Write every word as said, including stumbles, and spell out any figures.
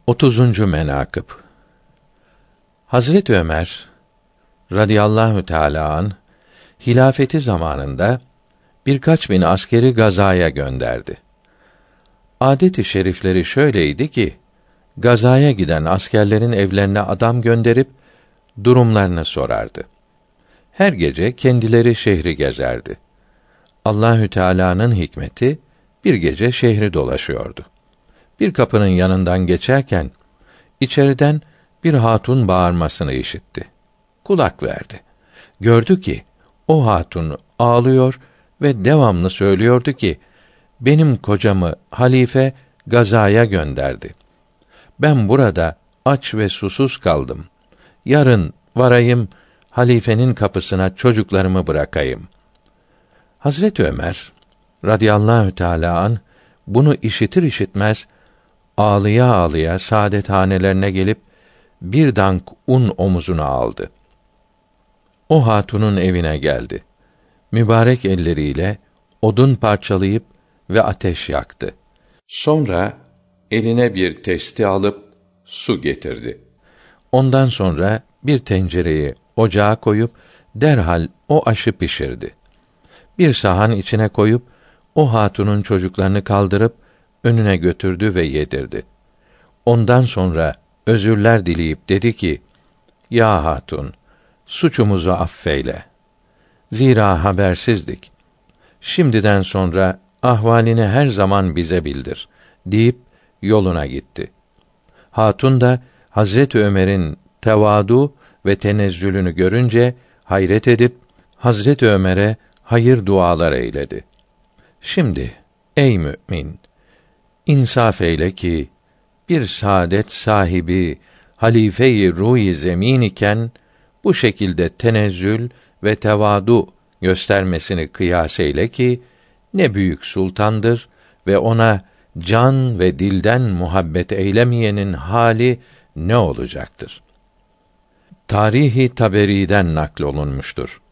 otuzuncu menakıb Hazret Ömer radıyallahu teâlâ anh hilafeti zamanında birkaç bin askeri gazaya gönderdi. Âdet-i şerifleri şöyleydi ki, gazaya giden askerlerin evlerine adam gönderip durumlarını sorardı. Her gece kendileri şehri gezerdi. Allahü Teâlâ'nın hikmeti bir gece şehri dolaşıyordu. Bir kapının yanından geçerken içeriden bir hatun bağırmasını işitti. Kulak verdi. Gördü ki o hatun ağlıyor ve devamlı söylüyordu ki, benim kocamı halife gazaya gönderdi. Ben burada aç ve susuz kaldım. Yarın varayım, halifenin kapısına çocuklarımı bırakayım. Hazret Ömer radıyallahu teâlâ anh bunu işitir işitmez ağlıya ağlıya saadethanelerine gelip bir dank un omuzuna aldı. O hatunun evine geldi. Mübarek elleriyle odun parçalayıp ve ateş yaktı. Sonra eline bir testi alıp su getirdi. Ondan sonra bir tencereyi ocağa koyup derhal o aşı pişirdi. Bir sahan içine koyup o hatunun çocuklarını kaldırıp önüne götürdü ve yedirdi. Ondan sonra özürler dileyip dedi ki, ya hatun, suçumuzu affeyle. Zira habersizdik. Şimdiden sonra ahvalini her zaman bize bildir deyip yoluna gitti. Hatun da Hazret Ömer'in tevâdû ve tenezzülünü görünce hayret edip Hazret Ömer'e hayır dualar eyledi. Şimdi ey mü'min, insaf eyle ki bir saadet sahibi halife-i ruh-i zemin iken bu şekilde tenezzül ve tevâdû göstermesini kıyas eyle ki ne büyük sultandır ve ona can ve dilden muhabbet eylemeyenin hali ne olacaktır? Tarihi Taberi'den naklolunmuştur.